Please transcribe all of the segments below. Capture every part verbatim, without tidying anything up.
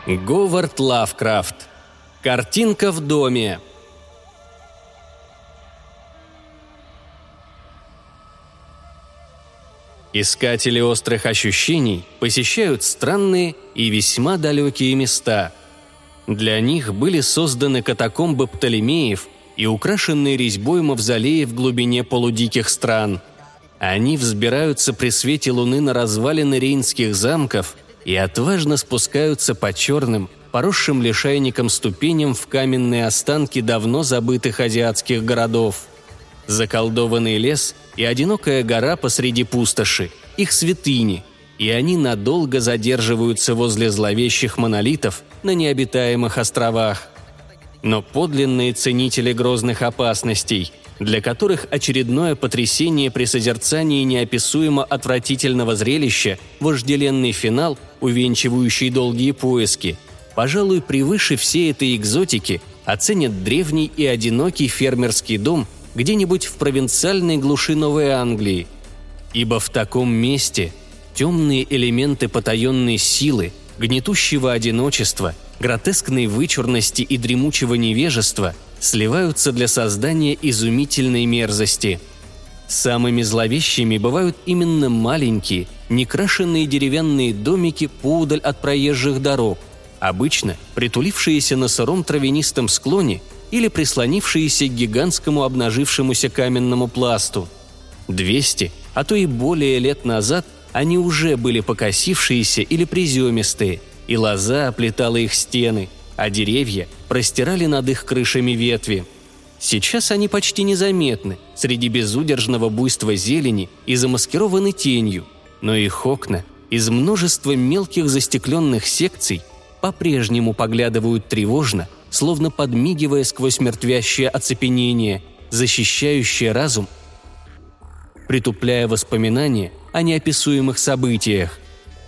Говард Лавкрафт. Картинка в доме. Искатели острых ощущений посещают странные и весьма далекие места. Для них были созданы катакомбы Птолемеев и украшенные резьбой мавзолеи в глубине полудиких стран. Они взбираются при свете луны на развалины рейнских замков и отважно спускаются по черным, поросшим лишайником ступеням в каменные останки давно забытых азиатских городов. Заколдованный лес и одинокая гора посреди пустоши – их святыни, и они надолго задерживаются возле зловещих монолитов на необитаемых островах. Но подлинные ценители грозных опасностей, для которых очередное потрясение при созерцании неописуемо отвратительного зрелища, вожделенный финал, увенчивающий долгие поиски, пожалуй, превыше всей этой экзотики оценят древний и одинокий фермерский дом где-нибудь в провинциальной глуши Новой Англии. Ибо в таком месте темные элементы потаенной силы, гнетущего одиночества, гротескной вычурности и дремучего невежества сливаются для создания изумительной мерзости. Самыми зловещими бывают именно маленькие, некрашенные деревянные домики поудаль от проезжих дорог, обычно притулившиеся на сыром травянистом склоне или прислонившиеся к гигантскому обнажившемуся каменному пласту. Двести, а то и более лет назад они уже были покосившиеся или приземистые, и лоза оплетала их стены, а деревья простирали над их крышами ветви. Сейчас они почти незаметны среди безудержного буйства зелени и замаскированы тенью, но их окна из множества мелких застекленных секций по-прежнему поглядывают тревожно, словно подмигивая сквозь мертвящее оцепенение, защищающее разум, притупляя воспоминания о неописуемых событиях.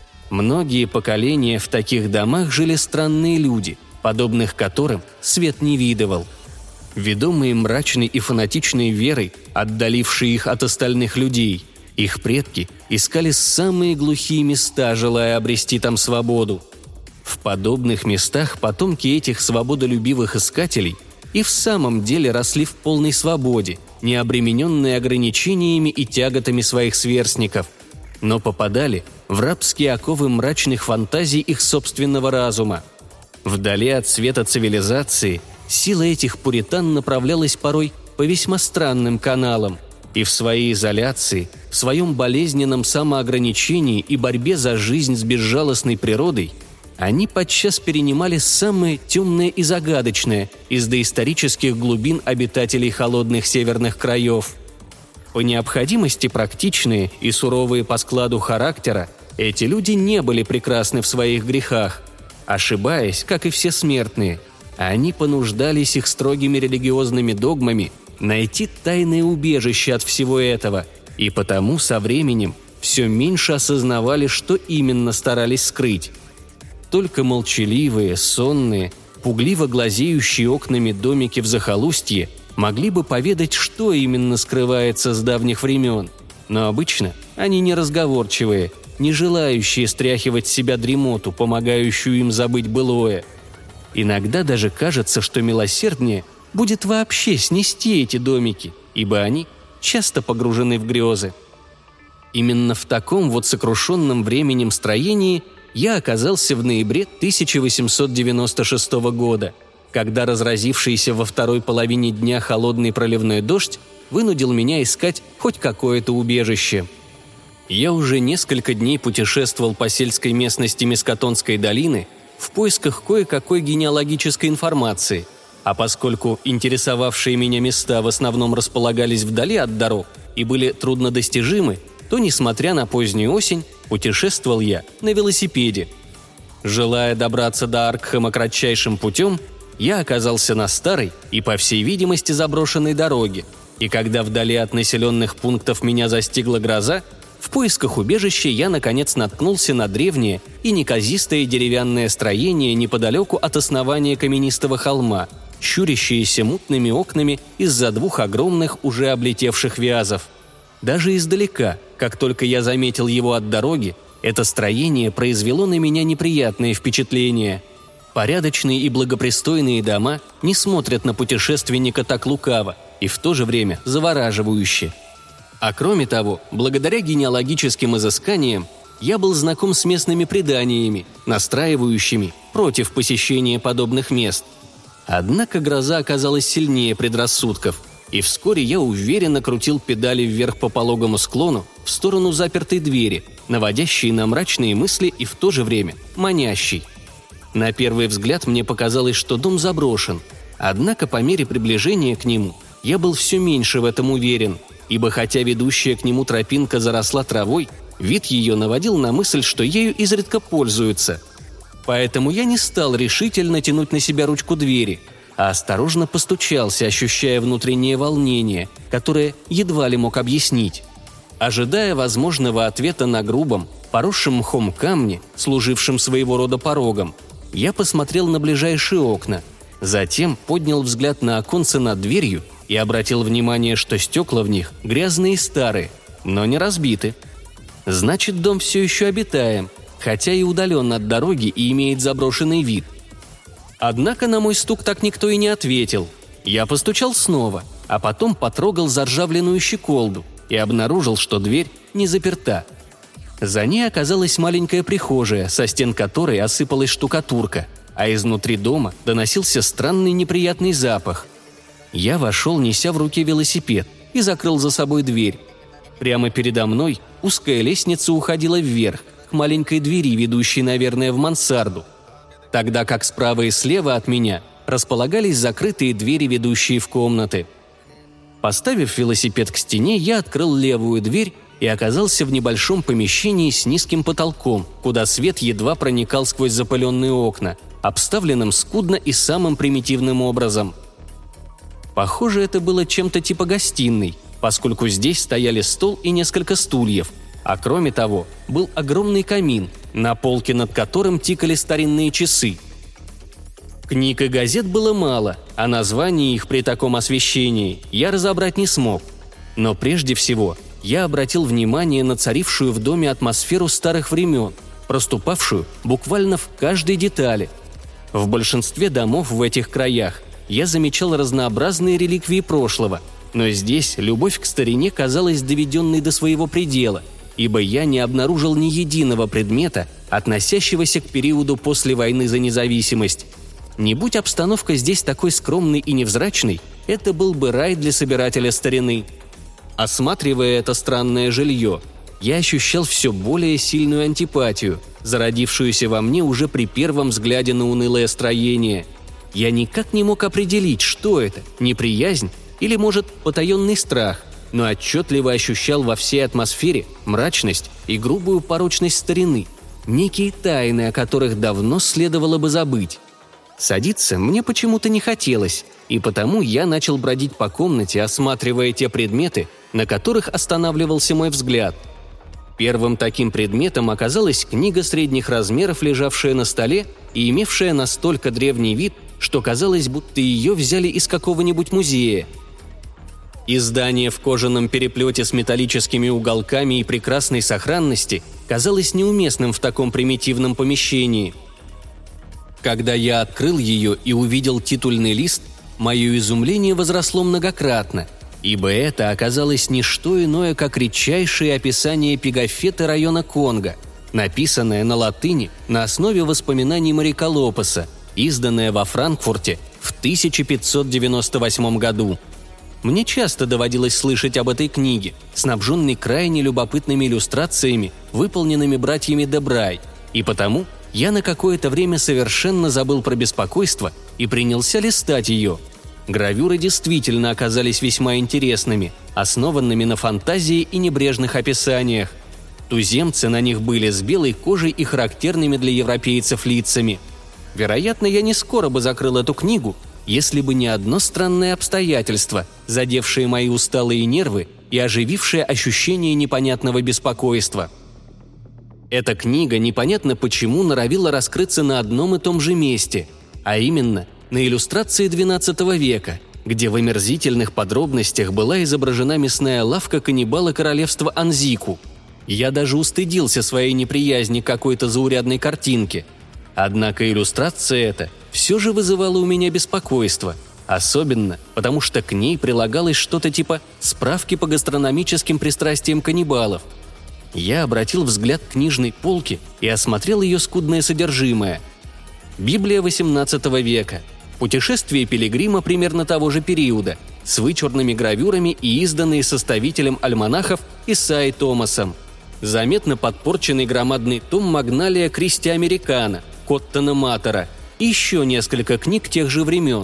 Многие поколения в таких домах жили странные люди, подобных которым свет не видывал. Ведомые мрачной и фанатичной верой, отдалившие их от остальных людей, их предки искали самые глухие места, желая обрести там свободу. В подобных местах потомки этих свободолюбивых искателей и в самом деле росли в полной свободе, не обремененные ограничениями и тяготами своих сверстников, но попадали в рабские оковы мрачных фантазий их собственного разума. Вдали от света цивилизации сила этих пуритан направлялась порой по весьма странным каналам, и в своей изоляции, в своем болезненном самоограничении и борьбе за жизнь с безжалостной природой они подчас перенимали самое темное и загадочное из доисторических глубин обитателей холодных северных краев. По необходимости практичные и суровые по складу характера, эти люди не были прекрасны в своих грехах. Ошибаясь, как и все смертные, они понуждались их строгими религиозными догмами найти тайное убежище от всего этого, и потому со временем все меньше осознавали, что именно старались скрыть. Только молчаливые, сонные, пугливо глазеющие окнами домики в захолустье могли бы поведать, что именно скрывается с давних времен, но обычно они неразговорчивые, не желающие стряхивать с себя дремоту, помогающую им забыть былое. Иногда даже кажется, что милосерднее будет вообще снести эти домики, ибо они часто погружены в грезы. Именно в таком вот сокрушенном временем строении я оказался в ноябре тысяча восемьсот девяносто шестого года, когда разразившийся во второй половине дня холодный проливной дождь вынудил меня искать хоть какое-то убежище. Я уже несколько дней путешествовал по сельской местности Мискотонской долины в поисках кое-какой генеалогической информации, а поскольку интересовавшие меня места в основном располагались вдали от дорог и были труднодостижимы, то, несмотря на позднюю осень, путешествовал я на велосипеде. Желая добраться до Аркхэма кратчайшим путем, я оказался на старой и, по всей видимости, заброшенной дороге, и когда вдали от населенных пунктов меня застигла гроза, в поисках убежища я, наконец, наткнулся на древнее и неказистое деревянное строение неподалеку от основания каменистого холма, щурящееся мутными окнами из-за двух огромных, уже облетевших вязов. Даже издалека, как только я заметил его от дороги, это строение произвело на меня неприятное впечатление. Порядочные и благопристойные дома не смотрят на путешественника так лукаво и в то же время завораживающе. А кроме того, благодаря генеалогическим изысканиям, я был знаком с местными преданиями, настраивающими против посещения подобных мест. Однако гроза оказалась сильнее предрассудков, и вскоре я уверенно крутил педали вверх по пологому склону в сторону запертой двери, наводящей на мрачные мысли и в то же время манящей. На первый взгляд мне показалось, что дом заброшен, однако по мере приближения к нему я был все меньше в этом уверен, ибо хотя ведущая к нему тропинка заросла травой, вид ее наводил на мысль, что ею изредка пользуются. Поэтому я не стал решительно тянуть на себя ручку двери, а осторожно постучался, ощущая внутреннее волнение, которое едва ли мог объяснить. Ожидая возможного ответа на грубом, поросшем мхом камне, служившем своего рода порогом, я посмотрел на ближайшие окна, затем поднял взгляд на оконце над дверью и обратил внимание, что стекла в них грязные и старые, но не разбиты. Значит, дом все еще обитаем, хотя и удален от дороги и имеет заброшенный вид. Однако на мой стук так никто и не ответил. Я постучал снова, а потом потрогал заржавленную щеколду и обнаружил, что дверь не заперта. За ней оказалась маленькая прихожая, со стен которой осыпалась штукатурка, а изнутри дома доносился странный неприятный запах. Я вошел, неся в руке велосипед, и закрыл за собой дверь. Прямо передо мной узкая лестница уходила вверх, к маленькой двери, ведущей, наверное, в мансарду, тогда как справа и слева от меня располагались закрытые двери, ведущие в комнаты. Поставив велосипед к стене, я открыл левую дверь и оказался в небольшом помещении с низким потолком, куда свет едва проникал сквозь запыленные окна, обставленным скудно и самым примитивным образом. Похоже, это было чем-то типа гостиной, поскольку здесь стояли стол и несколько стульев, а кроме того, был огромный камин, на полке над которым тикали старинные часы. Книг и газет было мало, а названия их при таком освещении я разобрать не смог. Но прежде всего я обратил внимание на царившую в доме атмосферу старых времен, проступавшую буквально в каждой детали. В большинстве домов в этих краях я замечал разнообразные реликвии прошлого, но здесь любовь к старине казалась доведенной до своего предела, ибо я не обнаружил ни единого предмета, относящегося к периоду после войны за независимость. Не будь обстановка здесь такой скромной и невзрачной, это был бы рай для собирателя старины. Осматривая это странное жилье, я ощущал все более сильную антипатию, зародившуюся во мне уже при первом взгляде на унылое строение. Я никак не мог определить, что это – неприязнь или, может, потаенный страх, но отчетливо ощущал во всей атмосфере мрачность и грубую порочность старины, некие тайны, о которых давно следовало бы забыть. Садиться мне почему-то не хотелось, и потому я начал бродить по комнате, осматривая те предметы, на которых останавливался мой взгляд. Первым таким предметом оказалась книга средних размеров, лежавшая на столе и имевшая настолько древний вид, что казалось, будто ее взяли из какого-нибудь музея. Издание в кожаном переплете с металлическими уголками и прекрасной сохранности казалось неуместным в таком примитивном помещении. Когда я открыл ее и увидел титульный лист, мое изумление возросло многократно, ибо это оказалось не что иное, как редчайшее описание Пегафетты района Конго, написанное на латыни на основе воспоминаний моряка Лопеса, изданное во Франкфурте в тысяча пятьсот девяносто восьмом году. Мне часто доводилось слышать об этой книге, снабженной крайне любопытными иллюстрациями, выполненными братьями Дебрай, и потому я на какое-то время совершенно забыл про беспокойство и принялся листать ее. Гравюры действительно оказались весьма интересными, основанными на фантазии и небрежных описаниях. Туземцы на них были с белой кожей и характерными для европейцев лицами. Вероятно, я не скоро бы закрыл эту книгу, если бы не одно странное обстоятельство, задевшее мои усталые нервы и оживившее ощущение непонятного беспокойства. Эта книга непонятно почему норовила раскрыться на одном и том же месте, а именно на иллюстрации двенадцатого века, где в омерзительных подробностях была изображена мясная лавка каннибала королевства Анзику. Я даже устыдился своей неприязни к какой-то заурядной картинке. Однако иллюстрация эта все же вызывала у меня беспокойство, особенно потому что к ней прилагалось что-то типа справки по гастрономическим пристрастиям каннибалов. Я обратил взгляд к книжной полке и осмотрел ее скудное содержимое. Библия восемнадцатого века, путешествие пилигрима примерно того же периода, с вычурными гравюрами и изданные составителем альманахов Исаией Томасом, заметно подпорченный громадный том «Магналия Кристи Американо» Коттона Маттера и еще несколько книг тех же времен.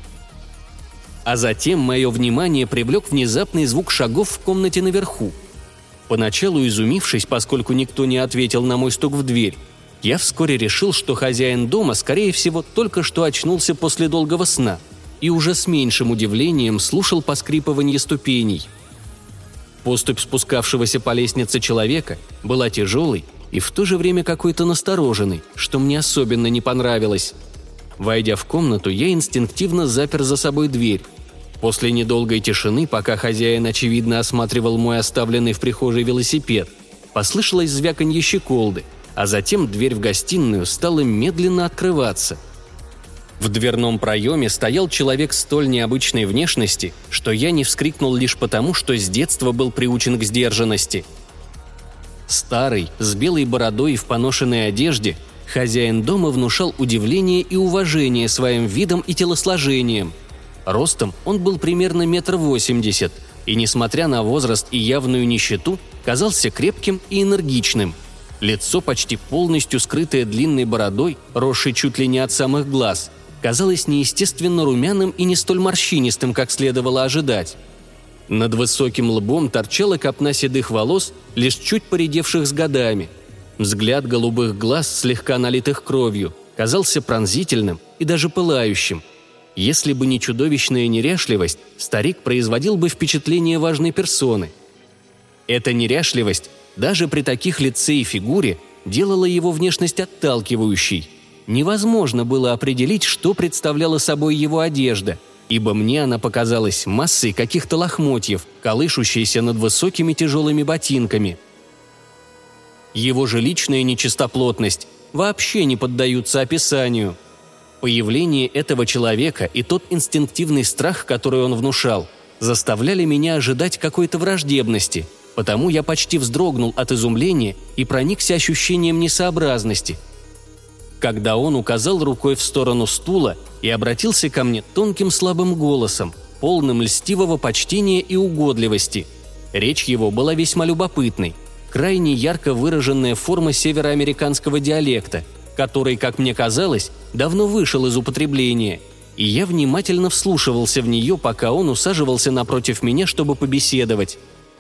А затем мое внимание привлек внезапный звук шагов в комнате наверху. Поначалу изумившись, поскольку никто не ответил на мой стук в дверь, я вскоре решил, что хозяин дома, скорее всего, только что очнулся после долгого сна и уже с меньшим удивлением слушал поскрипывание ступеней. Поступь спускавшегося по лестнице человека была тяжелой и в то же время какой-то настороженной, что мне особенно не понравилось. Войдя в комнату, я инстинктивно запер за собой дверь. После недолгой тишины, пока хозяин, очевидно, осматривал мой оставленный в прихожей велосипед, послышалось звяканье щеколды, а затем дверь в гостиную стала медленно открываться. В дверном проеме стоял человек столь необычной внешности, что я не вскрикнул лишь потому, что с детства был приучен к сдержанности. Старый, с белой бородой и в поношенной одежде, хозяин дома внушал удивление и уважение своим видом и телосложением. Ростом он был примерно метр восемьдесят, и, несмотря на возраст и явную нищету, казался крепким и энергичным. Лицо, почти полностью скрытое длинной бородой, росшей чуть ли не от самых глаз, казалось неестественно румяным и не столь морщинистым, как следовало ожидать. Над высоким лбом торчала копна седых волос, лишь чуть поредевших с годами. Взгляд голубых глаз, слегка налитых кровью, казался пронзительным и даже пылающим. Если бы не чудовищная неряшливость, старик производил бы впечатление важной персоны. Эта неряшливость даже при таких лице и фигуре делала его внешность отталкивающей. Невозможно было определить, что представляла собой его одежда, ибо мне она показалась массой каких-то лохмотьев, колышущейся над высокими тяжелыми ботинками. Его же личная нечистоплотность вообще не поддаются описанию. Появление этого человека и тот инстинктивный страх, который он внушал, заставляли меня ожидать какой-то враждебности, потому я почти вздрогнул от изумления и проникся ощущением несообразности, когда он указал рукой в сторону стула и обратился ко мне тонким слабым голосом, полным льстивого почтения и угодливости. Речь его была весьма любопытной, крайне ярко выраженная форма североамериканского диалекта, который, как мне казалось, давно вышел из употребления, и я внимательно вслушивался в нее, пока он усаживался напротив меня, чтобы побеседовать.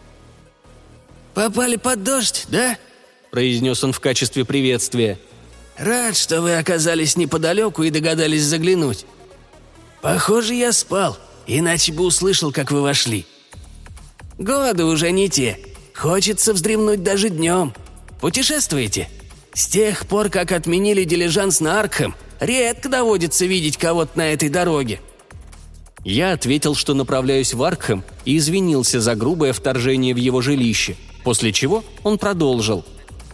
«Попали под дождь, да?» – произнес он в качестве приветствия. «Рад, что вы оказались неподалеку и догадались заглянуть. Похоже, я спал, иначе бы услышал, как вы вошли. Годы уже не те, хочется вздремнуть даже днем. Путешествуете? С тех пор, как отменили дилижанс на Аркхэм, редко доводится видеть кого-то на этой дороге». Я ответил, что направляюсь в Аркхэм, и извинился за грубое вторжение в его жилище, после чего он продолжил.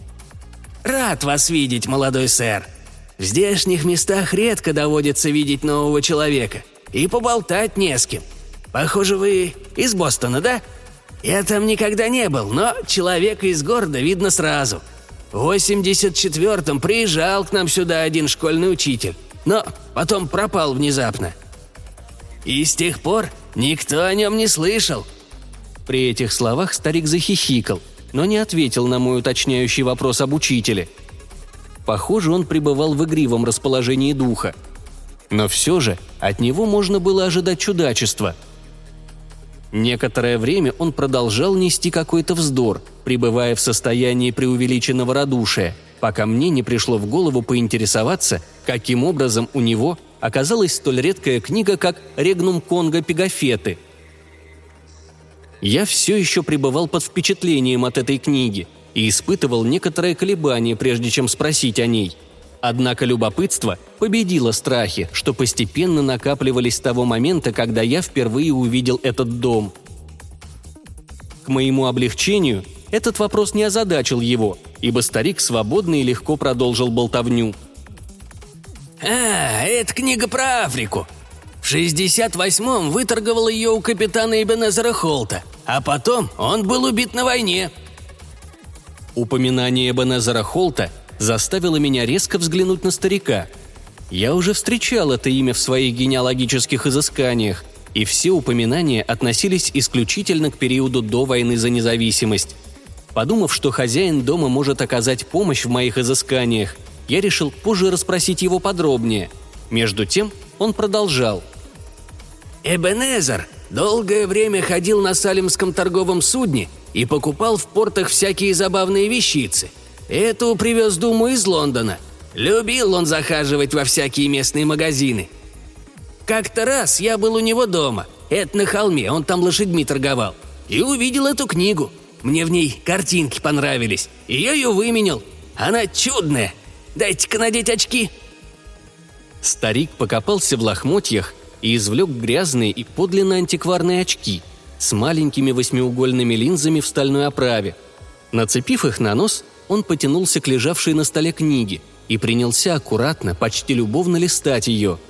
«Рад вас видеть, молодой сэр. В здешних местах редко доводится видеть нового человека, и поболтать не с кем. Похоже, вы из Бостона, да? Я там никогда не был, но человека из города видно сразу. В восемьдесят четвёртом приезжал к нам сюда один школьный учитель, но потом пропал внезапно. И с тех пор никто о нем не слышал». При этих словах старик захихикал, но не ответил на мой уточняющий вопрос об учителе. Похоже, он пребывал в игривом расположении духа. Но все же от него можно было ожидать чудачества. Некоторое время он продолжал нести какой-то вздор, пребывая в состоянии преувеличенного радушия, пока мне не пришло в голову поинтересоваться, каким образом у него оказалась столь редкая книга, как «Регнум Конго Пигафеты». Я все еще пребывал под впечатлением от этой книги и испытывал некоторое колебание, прежде чем спросить о ней. Однако любопытство победило страхи, что постепенно накапливались с того момента, когда я впервые увидел этот дом. К моему облегчению этот вопрос не озадачил его, ибо старик свободно и легко продолжил болтовню. «А, это книга про Африку. В шестьдесят восьмом выторговал ее у капитана Эбенезера Холта, а потом он был убит на войне». Упоминание Эбенезера Холта заставило меня резко взглянуть на старика. Я уже встречал это имя в своих генеалогических изысканиях, и все упоминания относились исключительно к периоду до войны за независимость. Подумав, что хозяин дома может оказать помощь в моих изысканиях, я решил позже расспросить его подробнее. Между тем он продолжал. «Эбенезер долгое время ходил на салемском торговом судне и покупал в портах всякие забавные вещицы. Эту привез Думу из Лондона. Любил он захаживать во всякие местные магазины. Как-то раз я был у него дома, это на холме, он там лошадьми торговал, и увидел эту книгу. Мне в ней картинки понравились, и я ее выменял. Она чудная. Дайте-ка надеть очки». Старик покопался в лохмотьях и извлек грязные и подлинно антикварные очки с маленькими восьмиугольными линзами в стальной оправе. Нацепив их на нос, он потянулся к лежавшей на столе книге и принялся аккуратно, почти любовно листать ее.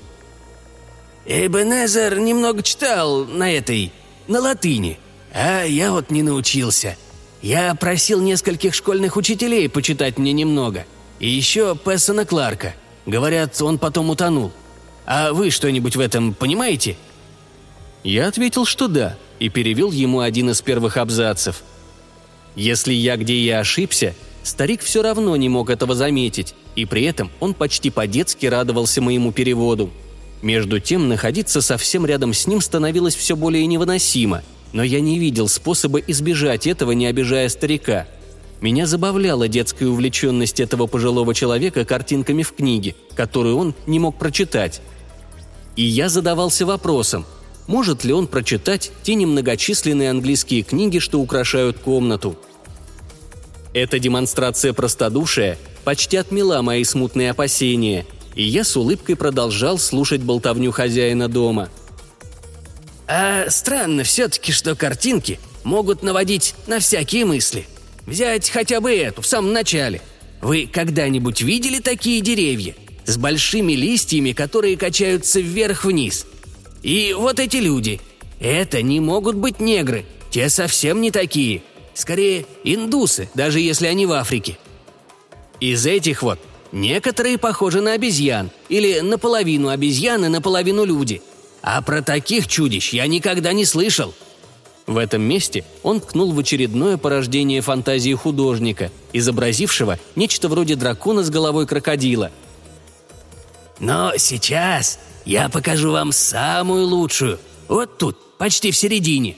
«Эбенезер немного читал на этой, на латыни, а я вот не научился. Я просил нескольких школьных учителей почитать мне немного. И еще Пессона Кларка. Говорят, он потом утонул. А вы что-нибудь в этом понимаете?» Я ответил, что да, и перевел ему один из первых абзацев. Если я где и ошибся, старик все равно не мог этого заметить, и при этом он почти по-детски радовался моему переводу. Между тем, находиться совсем рядом с ним становилось все более невыносимо, но я не видел способа избежать этого, не обижая старика. Меня забавляла детская увлеченность этого пожилого человека картинками в книге, которую он не мог прочитать. И я задавался вопросом, может ли он прочитать те немногочисленные английские книги, что украшают комнату. Эта демонстрация простодушия почти отмела мои смутные опасения, и я с улыбкой продолжал слушать болтовню хозяина дома. «А странно все-таки, что картинки могут наводить на всякие мысли. Взять хотя бы эту, в самом начале. Вы когда-нибудь видели такие деревья? С большими листьями, которые качаются вверх-вниз. И вот эти люди. Это не могут быть негры. Те совсем не такие. Скорее, индусы, даже если они в Африке. Из этих вот некоторые похожи на обезьян. Или наполовину обезьяны, наполовину люди. А про таких чудищ я никогда не слышал». В этом месте он ткнул в очередное порождение фантазии художника, изобразившего нечто вроде дракона с головой крокодила. «Но сейчас я покажу вам самую лучшую. Вот тут, почти в середине».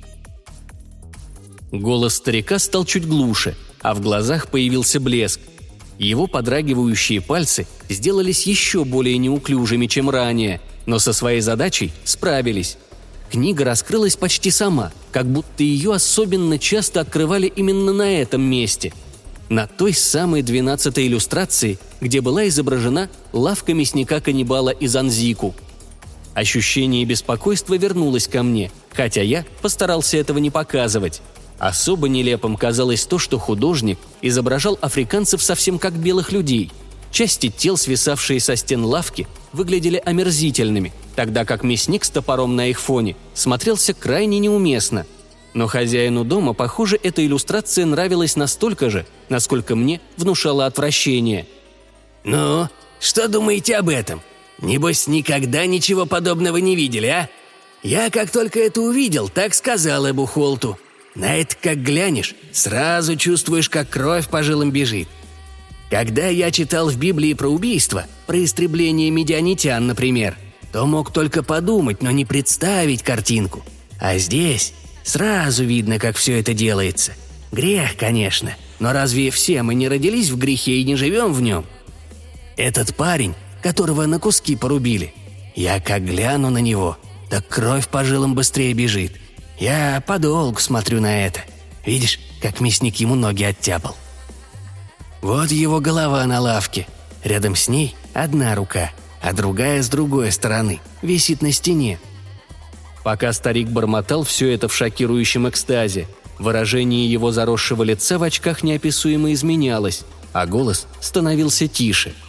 Голос старика стал чуть глуше, а в глазах появился блеск. Его подрагивающие пальцы сделались еще более неуклюжими, чем ранее, но со своей задачей справились. Книга раскрылась почти сама, как будто ее особенно часто открывали именно на этом месте. На той самой двенадцатой иллюстрации, где была изображена лавка мясника-каннибала из Анзику. Ощущение беспокойства вернулось ко мне, хотя я постарался этого не показывать. Особо нелепым казалось то, что художник изображал африканцев совсем как белых людей. Части тел, свисавшие со стен лавки, выглядели омерзительными, тогда как мясник с топором на их фоне смотрелся крайне неуместно. Но хозяину дома, похоже, эта иллюстрация нравилась настолько же, насколько мне внушала отвращение. «Ну, что думаете об этом? Небось, никогда ничего подобного не видели, а? Я как только это увидел, так сказал Эбу Холту. На это как глянешь, сразу чувствуешь, как кровь по жилам бежит. Когда я читал в Библии про убийство, про истребление медианитян, например, то мог только подумать, но не представить картинку. А здесь сразу видно, как все это делается. Грех, конечно, но разве все мы не родились в грехе и не живем в нем? Этот парень, которого на куски порубили, я как гляну на него, так кровь по жилам быстрее бежит. Я подолгу смотрю на это. Видишь, как мясник ему ноги оттяпал. Вот его голова на лавке. Рядом с ней одна рука, а другая с другой стороны висит на стене. Пока старик бормотал все это в шокирующем экстазе, выражение его заросшего лица в очках неописуемо изменялось, а голос становился тише.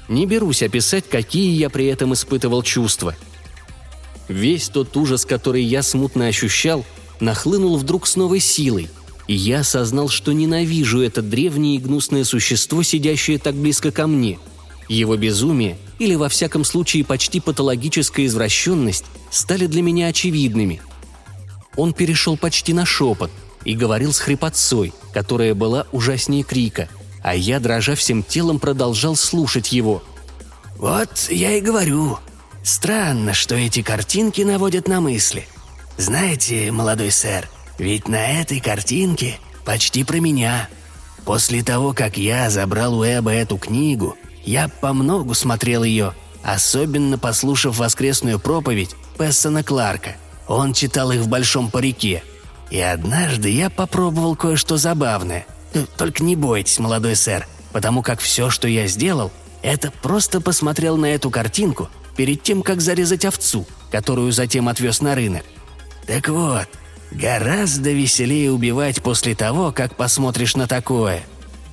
Не берусь описать, какие я при этом испытывал чувства. Весь тот ужас, который я смутно ощущал, нахлынул вдруг с новой силой, и я осознал, что ненавижу это древнее и гнусное существо, сидящее так близко ко мне. Его безумие, или во всяком случае почти патологическая извращенность, стали для меня очевидными. Он перешел почти на шепот и говорил с хрипотцой, которая была ужаснее крика, а я, дрожа всем телом, продолжал слушать его. «Вот я и говорю. Странно, что эти картинки наводят на мысли. Знаете, молодой сэр, ведь на этой картинке почти про меня. После того, как я забрал у Эба эту книгу, я помногу смотрел ее, особенно послушав воскресную проповедь Пессона Кларка. Он читал их в большом парике. И однажды я попробовал кое-что забавное. Только не бойтесь, молодой сэр, потому как все, что я сделал, это просто посмотрел на эту картинку перед тем, как зарезать овцу, которую затем отвез на рынок. Так вот, гораздо веселее убивать после того, как посмотришь на такое».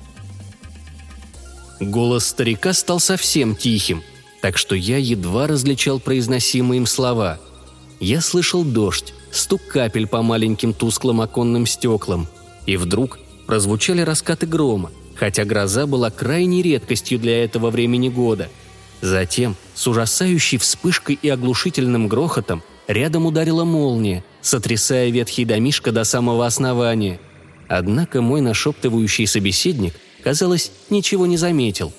Голос старика стал совсем тихим, так что я едва различал произносимые им слова. Я слышал дождь, стук капель по маленьким тусклым оконным стеклам, и вдруг прозвучали раскаты грома, хотя гроза была крайней редкостью для этого времени года. Затем, с ужасающей вспышкой и оглушительным грохотом, рядом ударила молния, сотрясая ветхий домишко до самого основания. Однако мой нашептывающий собеседник, казалось, ничего не заметил.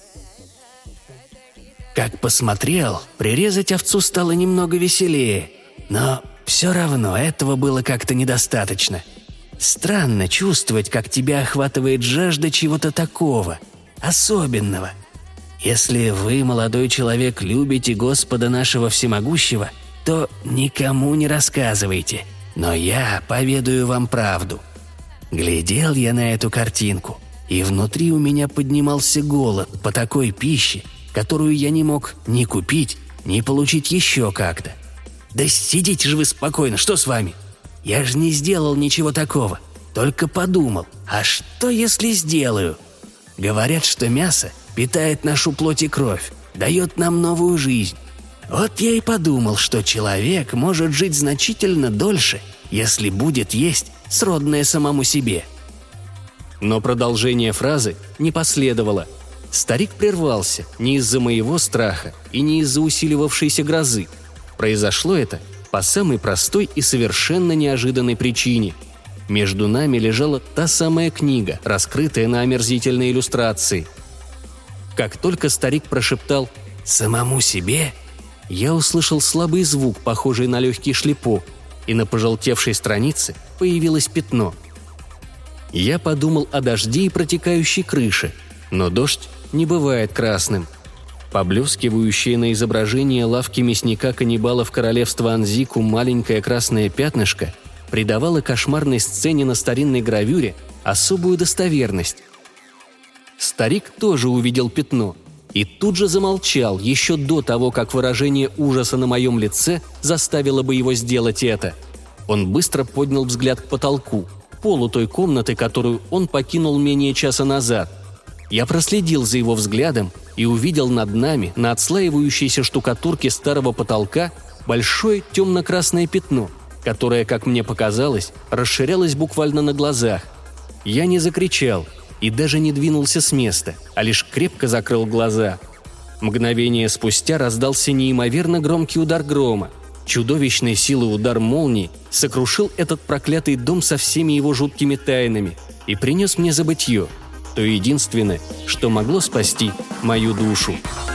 «Как посмотрел, прирезать овцу стало немного веселее, но все равно этого было как-то недостаточно. Странно чувствовать, как тебя охватывает жажда чего-то такого, особенного. Если вы, молодой человек, любите Господа нашего Всемогущего, то никому не рассказывайте, но я поведаю вам правду. Глядел я на эту картинку, и внутри у меня поднимался голод по такой пище, которую я не мог ни купить, ни получить еще как-то. Да сидите же вы спокойно, что с вами? Я же не сделал ничего такого, только подумал, а что если сделаю? Говорят, что мясо питает нашу плоть и кровь, дает нам новую жизнь. Вот я и подумал, что человек может жить значительно дольше, если будет есть сродное самому себе». Но продолжение фразы не последовало. Старик прервался не из-за моего страха и не из-за усиливавшейся грозы. Произошло это по самой простой и совершенно неожиданной причине. Между нами лежала та самая книга, раскрытая на омерзительной иллюстрации. Как только старик прошептал «самому себе», я услышал слабый звук, похожий на легкий шлепок, и на пожелтевшей странице появилось пятно. Я подумал о дожде и протекающей крыше, но дождь не бывает красным. Поблескивающее на изображении лавки мясника-каннибалов королевства Анзику маленькое красное пятнышко придавало кошмарной сцене на старинной гравюре особую достоверность. Старик тоже увидел пятно и тут же замолчал еще до того, как выражение ужаса на моем лице заставило бы его сделать это. Он быстро поднял взгляд к потолку, полу той комнаты, которую он покинул менее часа назад. Я проследил за его взглядом и увидел над нами, на отслаивающейся штукатурке старого потолка, большое темно-красное пятно, которое, как мне показалось, расширялось буквально на глазах. Я не закричал и даже не двинулся с места, а лишь крепко закрыл глаза. Мгновение спустя раздался неимоверно громкий удар грома. Чудовищной силы удар молнии сокрушил этот проклятый дом со всеми его жуткими тайнами и принес мне забытье, то единственное, что могло спасти мою душу.